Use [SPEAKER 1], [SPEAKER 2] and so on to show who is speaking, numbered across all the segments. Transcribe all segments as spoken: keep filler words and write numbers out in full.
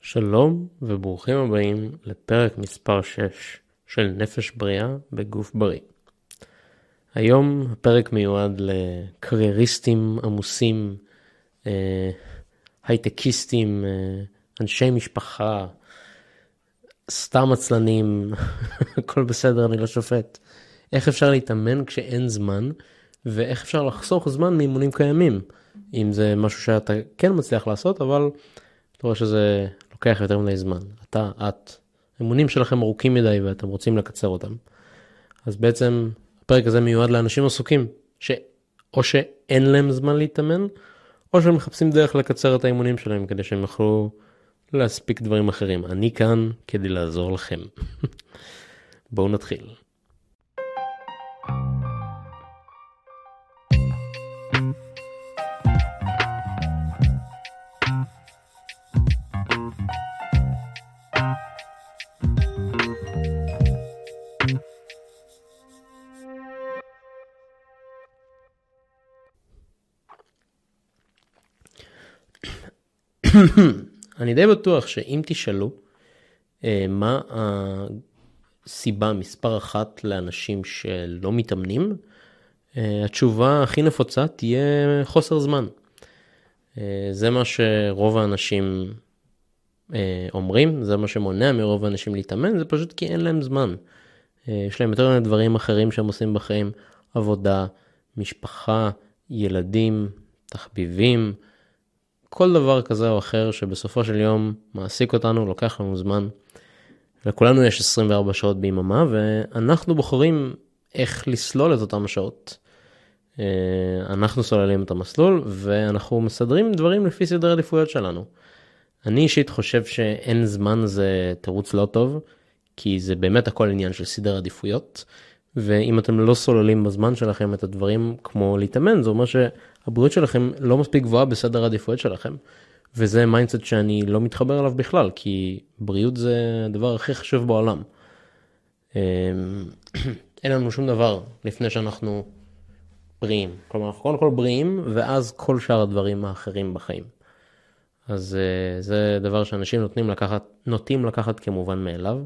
[SPEAKER 1] שלום וברוכים הבאים לפרק מספר שש של נפש בריאה בגוף בריא. היום הפרק מיועד לקרייריסטים עמוסים, אה, הייטקיסטים, אה, אנשי משפחה, סתם עצלנים, הכל בסדר, אני לא שופט. איך אפשר להתאמן כשאין זמן, ואיך אפשר לחסוך זמן מאימונים קיימים, אם זה משהו שאתה כן מצליח לעשות, אבל אתה רואה שזה לוקח יותר מדי זמן. אתה, את, האימונים שלכם ארוכים מדי ואתם רוצים לקצר אותם. אז בעצם הפרק הזה מיועד לאנשים עסוקים, שאו שאין להם זמן להתאמן, או שהם מחפשים דרך לקצר את האימונים שלהם, כדי שהם יוכלו להספיק דברים אחרים. אני כאן כדי לעזור לכם. בואו נתחיל. אני די בטוח שאם תשאלו מה הסיבה מספר אחת לאנשים שלא מתאמנים, התשובה הכי נפוצה תהיה חוסר זמן. זה מה שרוב האנשים אומרים, זה מה שמונע מרוב האנשים להתאמן, זה פשוט כי אין להם זמן. יש להם יותר דברים אחרים שהם עושים בחיים, עבודה, משפחה, ילדים, תחביבים, כל דבר כזה או אחר שבסופו של יום מעסיק אותנו, לוקח לנו זמן. לכולנו יש עשרים וארבע שעות ביממה, ואנחנו בוחרים איך לסלול את אותם השעות. אנחנו סוללים את המסלול, ואנחנו מסדרים דברים לפי סדרי עדיפויות שלנו. אני אישית חושב שאין זמן זה תירוץ לא טוב, כי זה באמת הכל עניין של סדר עדיפויות, ואם אתם לא סוללים בזמן שלכם את הדברים כמו להתאמן, זה אומר שהבריאות שלכם לא מספיק גבוהה בסדר העדיפויות שלכם, וזה מיינדסט שאני לא מתחבר אליו בכלל, כי בריאות זה הדבר הכי חשוב בעולם. אין לנו שום דבר לפני שאנחנו בריאים, כלומר אנחנו קודם כל בריאים, ואז כל שאר הדברים האחרים בחיים. אז זה דבר שאנשים נוטים לקחת, נוטים לקחת כמובן מאליו,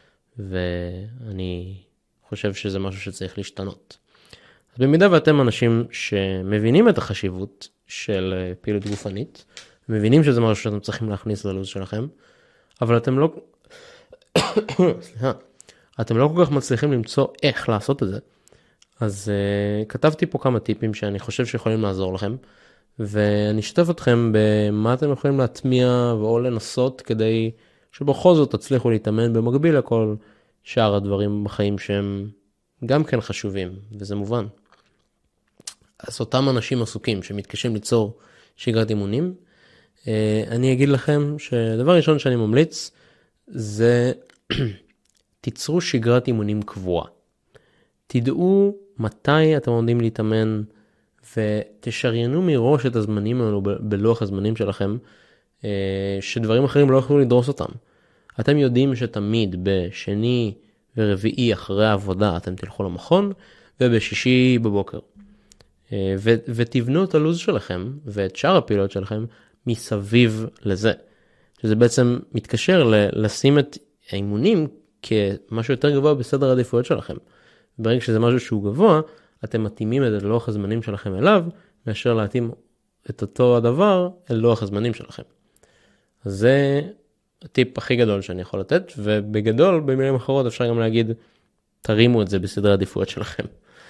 [SPEAKER 1] ואני חושב שזה משהו שצריך להשתנות. אז במידה ואתם אנשים שמבינים את החשיבות של פעילות גופנית, מבינים שזה משהו שאתם צריכים להכניס ללוז שלכם, אבל אתם לא, סליחה, אתם לא כל כך מצליחים למצוא איך לעשות את זה. אז uh, כתבתי פה כמה טיפים שאני חושב שיכולים לעזור לכם, ואני אשתף אתכם במה אתם יכולים להטמיע או לנסות כדי שבכל זאת תצליחו להתאמן במקביל לכל שאר הדברים בחיים שהם גם כן חשובים, וזה מובן. אז אותם אנשים עסוקים שמתקשים ליצור שגרת אימונים, אני אגיד לכם שדבר ראשון שאני ממליץ, זה תיצרו שגרת אימונים קבועה. תדעו מתי אתם עומדים להתאמן, ותשריינו מראש את הזמנים האלו בלוח הזמנים שלכם, שדברים אחרים לא יכולו לדרוס אותם. אתם יודעים שתמיד בשני ורביעי אחרי העבודה אתם תלכו למכון, ובשישי בבוקר. ו- ותבנו את הלוז שלכם, ואת שאר הפעילות שלכם, מסביב לזה. שזה בעצם מתקשר ל- לשים את האימונים כמשהו יותר גבוה בסדר העדיפויות שלכם. ברגע שזה משהו שהוא גבוה, אתם מתאימים את לוח הזמנים שלכם אליו, מאשר להתאים את אותו הדבר אל לוח הזמנים שלכם. אז זה הטיפ הכי גדול שאני יכול לתת, ובגדול, במילים אחרות, אפשר גם להגיד, תרימו את זה בסדרי עדיפויות שלכם.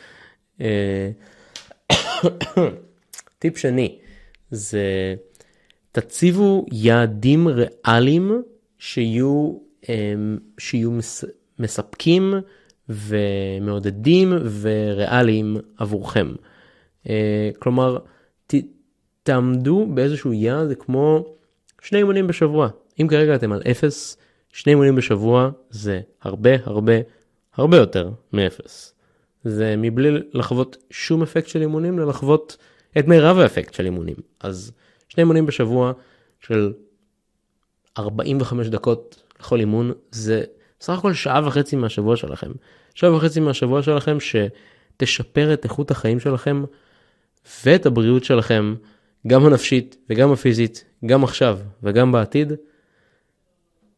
[SPEAKER 1] טיפ שני, זה תציבו יעדים ריאליים שיהיו, שיהיו מספקים ומעודדים וריאליים עבורכם. כלומר, ת, תעמדו באיזשהו יעד, זה כמו שני אימונים בשבוע. אם כרגע אתם על אפס, שני אימונים בשבוע זה הרבה הרבה הרבה יותר מאפס. זה מבלי לחוות שום אפקט של אימונים, ללחוות את מירב האפקט של אימונים. אז שני אימונים בשבוע של ארבעים וחמש דקות לכל אימון, זה סך הכל שעה וחצי מהשבוע שלכם. שעה וחצי מהשבוע שלכם שתשפר את איכות החיים שלכם ואת הבריאות שלכם, גם הנפשית וגם הפיזית, גם עכשיו וגם בעתיד.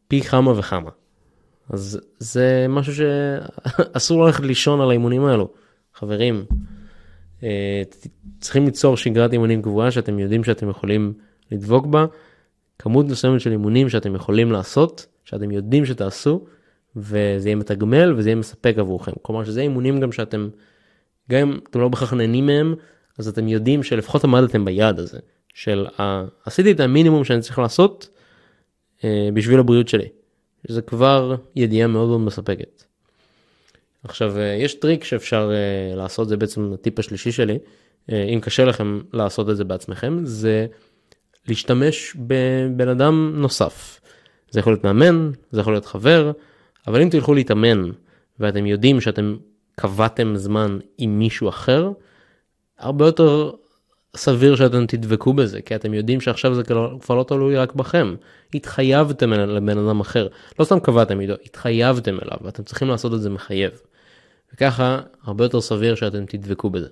[SPEAKER 1] פי כמה וכמה. אז זה משהו שאסור ללכת לישון על האימונים האלו. חברים, צריכים ליצור שגרת אימונים קבועה שאתם יודעים שאתם יכולים לדבוק בה, כמות מסוימת של אימונים שאתם יכולים לעשות, שאתם יודעים שתעשו, וזה יהיה מתגמל וזה יהיה מספק עבורכם. כלומר שזה אימונים גם שאתם, גם אם אתם לא בכך נהנים מהם, אז אתם יודעים שלפחות עמדתם ביעד הזה, של עשיתי את המינימום שאני צריך לעשות בשביל הבריאות שלי. שזה כבר ידיעה מאוד מאוד מספקת. עכשיו, יש טריק שאפשר לעשות, זה בעצם הטיפ השלישי שלי, אם קשה לכם לעשות את זה בעצמכם, זה להשתמש בבן אדם נוסף. זה יכול להיות מאמן, זה יכול להיות חבר, אבל אם תלכו להתאמן, ואתם יודעים שאתם קבעתם זמן עם מישהו אחר, הרבה יותר סביר שאתם תדבקו בזה, כי אתם יודעים שעכשיו זה כבר לא תלוי רק בכם. התחייבתם לבן אדם אחר. לא סתם קבעתם איתו, התחייבתם אליו, ואתם צריכים לעשות את זה מחייב. וככה, הרבה יותר סביר שאתם תדבקו בזה.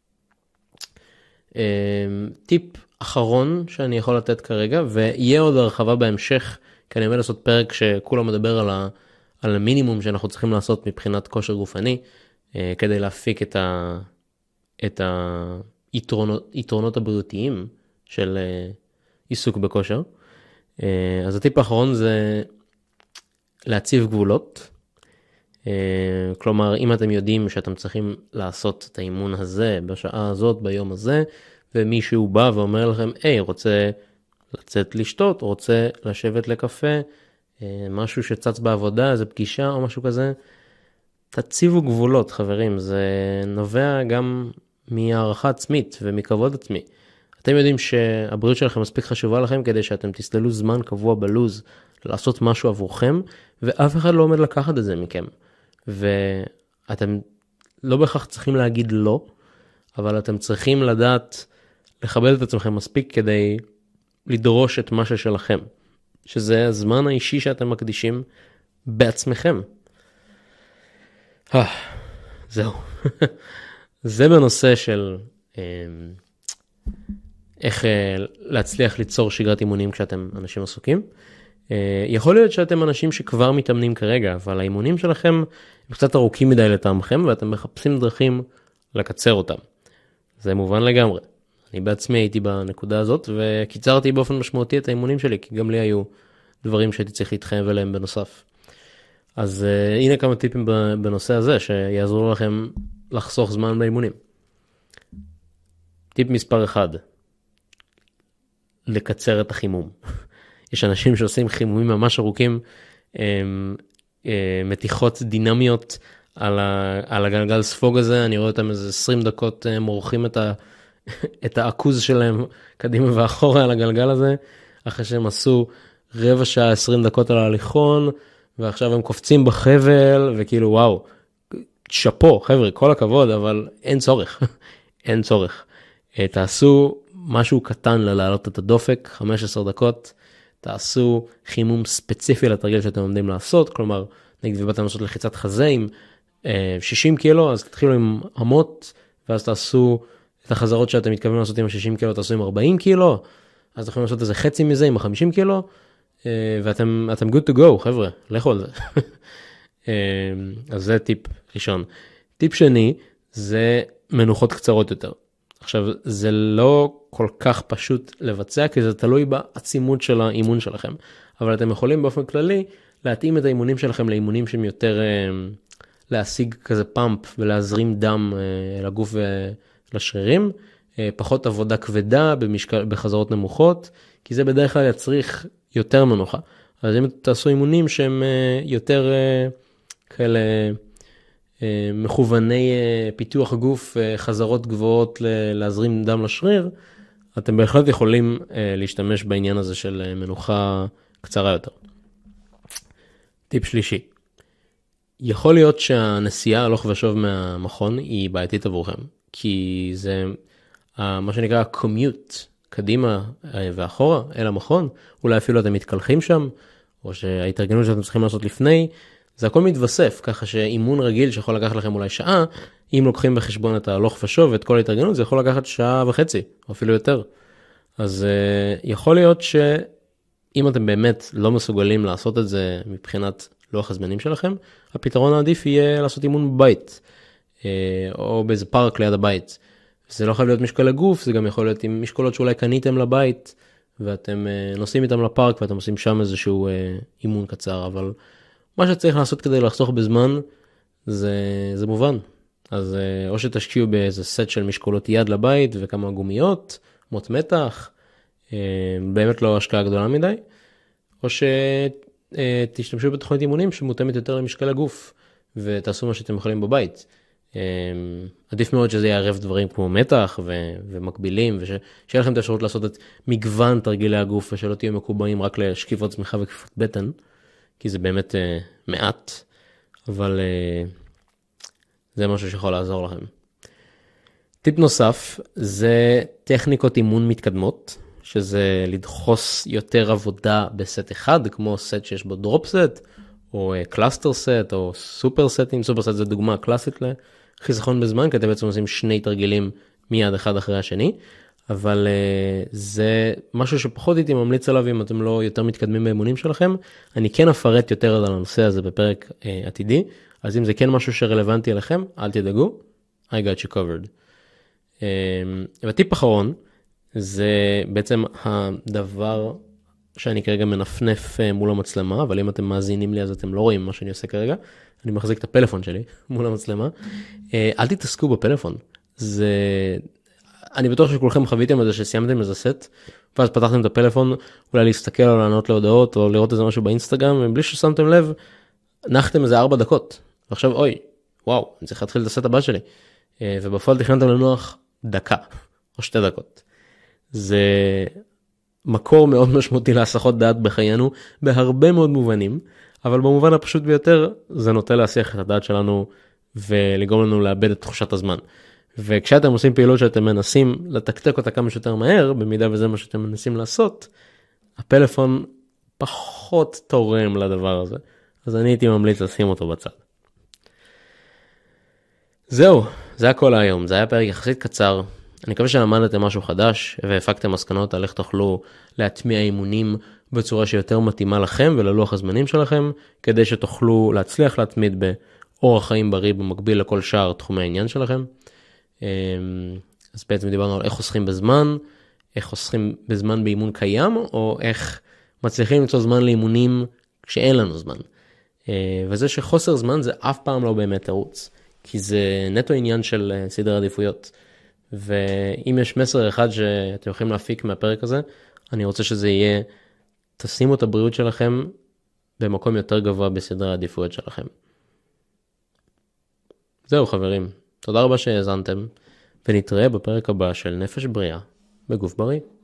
[SPEAKER 1] טיפ אחרון שאני יכול לתת כרגע, ויהיה עוד הרחבה בהמשך, כי אני עומד לעשות פרק שכולם מדבר על, ה, על המינימום שאנחנו צריכים לעשות מבחינת כושר גופני, כדי להפיק את, ה, את היתרונות, יתרונות הבריאותיים של עיסוק בכושר. אז הטיפ האחרון זה להציב גבולות. כלומר, אם אתם יודעים שאתם צריכים לעשות את האימון הזה בשעה הזאת, ביום הזה, ומישהו בא ואומר לכם, היי, רוצה לצאת לשתות, רוצה לשבת לקפה, משהו שצץ בעבודה, איזה פגישה או משהו כזה, תציבו גבולות, חברים. זה נובע גם מהערכה עצמית ומכבוד עצמי. אתם יודעים שהבריאות שלכם מספיק חשובה לכם כדי שאתם תסללו זמן קבוע בלוז לעשות משהו עבורכם, ואף אחד לא עומד לקחת את זה מכם. ואתם לא בהכרח צריכים להגיד לא, אבל אתם צריכים לדעת לכבד את עצמכם מספיק כדי לדרוש את מה ששלכם, שזה הזמן האישי שאתם מקדישים בעצמכם. זהו. זה בנושא של איך להצליח ליצור שגרת אימונים כשאתם אנשים עסוקים. יכול להיות שאתם אנשים שכבר מתאמנים כרגע, אבל האימונים שלכם הם קצת ארוכים מדי לטעמכם, ואתם מחפשים דרכים לקצר אותם. זה מובן לגמרי. אני בעצמי הייתי בנקודה הזאת, וקיצרתי באופן משמעותי את האימונים שלי, כי גם לי היו דברים שהייתי צריך להתחייב אליהם בנוסף. אז uh, הנה כמה טיפים בנושא הזה, שיעזרו לכם לחסוך זמן באימונים. טיפ מספר אחד, לקצר את החימום. יש אנשים שעושים חימומים ממש ארוכים, הם, הם, מתיחות דינמיות על, ה, על הגלגל ספוג הזה, אני רואה אותם איזה עשרים דקות מורחים את, ה, את העכוז שלהם קדימה ואחורה על הגלגל הזה, אחרי שהם עשו רבע שעה עשרים דקות על ההליכון, ועכשיו הם קופצים בחבל, וכאילו וואו, שפו, חבר'ה, כל הכבוד, אבל אין צורך, אין צורך. תעשו משהו קטן ללהעלות את הדופק, חמש עשרה דקות, תעשו חימום ספציפי לתרגיל שאתם עומדים לעשות, כלומר, נגיד ובאתם לעשות לחיצת חזה עם שישים קילו, אז תתחילו עם המות, ואז תעשו את החזרות שאתם מתכוונים לעשות עם ה-שישים קילו, תעשו עם ארבעים קילו, אז אתם יכולים לעשות איזה חצי מזה עם ה-חמישים קילו, ואתם אתם good to go, חבר'ה, לכו על זה. אז זה טיפ ראשון. טיפ שני, זה מנוחות קצרות יותר. עכשיו, זה לא כל כך פשוט לבצע, כי זה תלוי בעצימות של האימון שלכם. אבל אתם יכולים באופן כללי להתאים את האימונים שלכם לאימונים שהם יותר להשיג כזה פאמפ ולהזרים דם לגוף ולשרירים. פחות עבודה כבדה במשקל, בחזרות נמוכות, כי זה בדרך כלל יצריך יותר מנוחה. אז אם תעשו אימונים שהם יותר כאלה מכווני פיתוח גוף, חזרות גבוהות להזרים דם לשריר, אתם בהחלט יכולים להשתמש בעניין הזה של מנוחה קצרה יותר. טיפ שלישי. יכול להיות שהנסיעה הלוך ושוב מהמכון היא בעייתית עבורכם, כי זה מה שנקרא commute, קדימה ואחורה אל המכון, אולי אפילו אתם מתקלחים שם, או שההתארגנות שאתם צריכים לעשות לפני, זה הכל מתווסף, ככה שאימון רגיל שיכול לקחת לכם אולי שעה, אם לוקחים בחשבון את הלוך ושוב ואת כל ההתארגנות, זה יכול לקחת שעה וחצי, או אפילו יותר. אז uh, יכול להיות אם אתם באמת לא מסוגלים לעשות את זה מבחינת לוח הזמנים שלכם, הפתרון העדיף יהיה לעשות אימון בבית, או באיזה פארק ליד הבית. זה לא חייב להיות משקל הגוף, זה גם יכול להיות עם משקולות שאולי קניתם לבית, ואתם נוסעים איתם לפארק ואתם עושים שם איזשהו אימון קצר, אבל מה שצריך לעשות כדי לחסוך בזמן, זה, זה מובן. אז או שתשקיעו באיזה סט של משקולות יד לבית וכמה גומיות, מוט מתח, באמת לא השקעה גדולה מדי, או שתשתמשו בתוכנית אימונים שמותאמת יותר למשקל הגוף, ותעשו מה שאתם יכולים בבית. עדיף מאוד שזה יערב דברים כמו מתח ו- ומקבילים, ושיהיה לכם את האפשרות לעשות את מגוון תרגילי הגוף, ושלא תהיו מקובעים רק לשקיפות צמיחה וכיפות בטן, כי זה באמת uh, מעט, אבל uh, זה משהו שיכול לעזור לכם. טיפ נוסף, זה טכניקות אימון מתקדמות, שזה לדחוס יותר עבודה בסט אחד, כמו סט שיש בו דרופ סט, או קלאסטר סט, או סופר סטים. סופר סט זה דוגמה קלאסית לחיסכון בזמן, כי אתם בעצם עושים שני תרגילים מיד אחד אחרי השני, אבל uh, זה משהו שפחות הייתי ממליץ עליו אם אתם לא יותר מתקדמים באימונים שלכם. אני כן אפרט יותר על הנושא הזה בפרק uh, עתידי, אז אם זה כן משהו שרלוונטי אליכם, אל תדאגו, I got you covered. Uh, וטיפ אחרון, זה בעצם הדבר שאני כרגע מנפנף מול המצלמה, אבל אם אתם מאזינים לי אז אתם לא רואים מה שאני עושה כרגע, אני מחזיק את הפלאפון שלי מול המצלמה. אל תתעסקו בפלאפון, זה... אני בטוח שכולכם חוויתם את זה שסיימתם איזה סט, ואז פתחתם את הפלאפון, אולי להסתכל או לענות להודעות, או לראות איזה משהו באינסטגרם, ובלי ששמתם לב, נחתם איזה ארבע דקות, ועכשיו אוי, וואו, אני צריך להתחיל את הסט הבא שלי, ובפועל תכננתם לנוח דקה, או שתי דקות. זה מקור מאוד משמעותי להסחות דעת בחיינו, בהרבה מאוד מובנים, אבל במובן הפשוט ביותר, זה נוטה להסיח את הדעת שלנו, ולגרום לנו לאבד את תחושת הזמן. וכשאתם עושים פעילות שאתם מנסים לתקתק אותה כמה שיותר מהר, במידה וזה מה שאתם מנסים לעשות, הפלאפון פחות תורם לדבר הזה. אז אני הייתי ממליץ לשים אותו בצד. זהו, זה הכל היום. זה היה פרק יחסית קצר. אני מקווה שלמדתם משהו חדש, והפקתם מסקנות על איך תוכלו להטמיע אימונים בצורה שיותר מתאימה לכם וללוח הזמנים שלכם, כדי שתוכלו להצליח להתמיד באורח חיים בריא במקביל לכל שאר תחומי העניין שלכם. אז בעצם דיברנו על איך חוסכים בזמן, איך חוסכים בזמן באימון קיים, או איך מצליחים למצוא זמן לאימונים כשאין לנו זמן. וזה שחוסר זמן זה אף פעם לא באמת תירוץ, כי זה נטו עניין של סדר עדיפויות. ואם יש מסר אחד שאתם יכולים להפיק מהפרק הזה, אני רוצה שזה יהיה, תשימו את הבריאות שלכם במקום יותר גבוה בסדר העדיפויות שלכם. זהו חברים, תודה רבה שהאזנתם, ונתראה בפרק הבא של נפש בריאה בגוף בריא.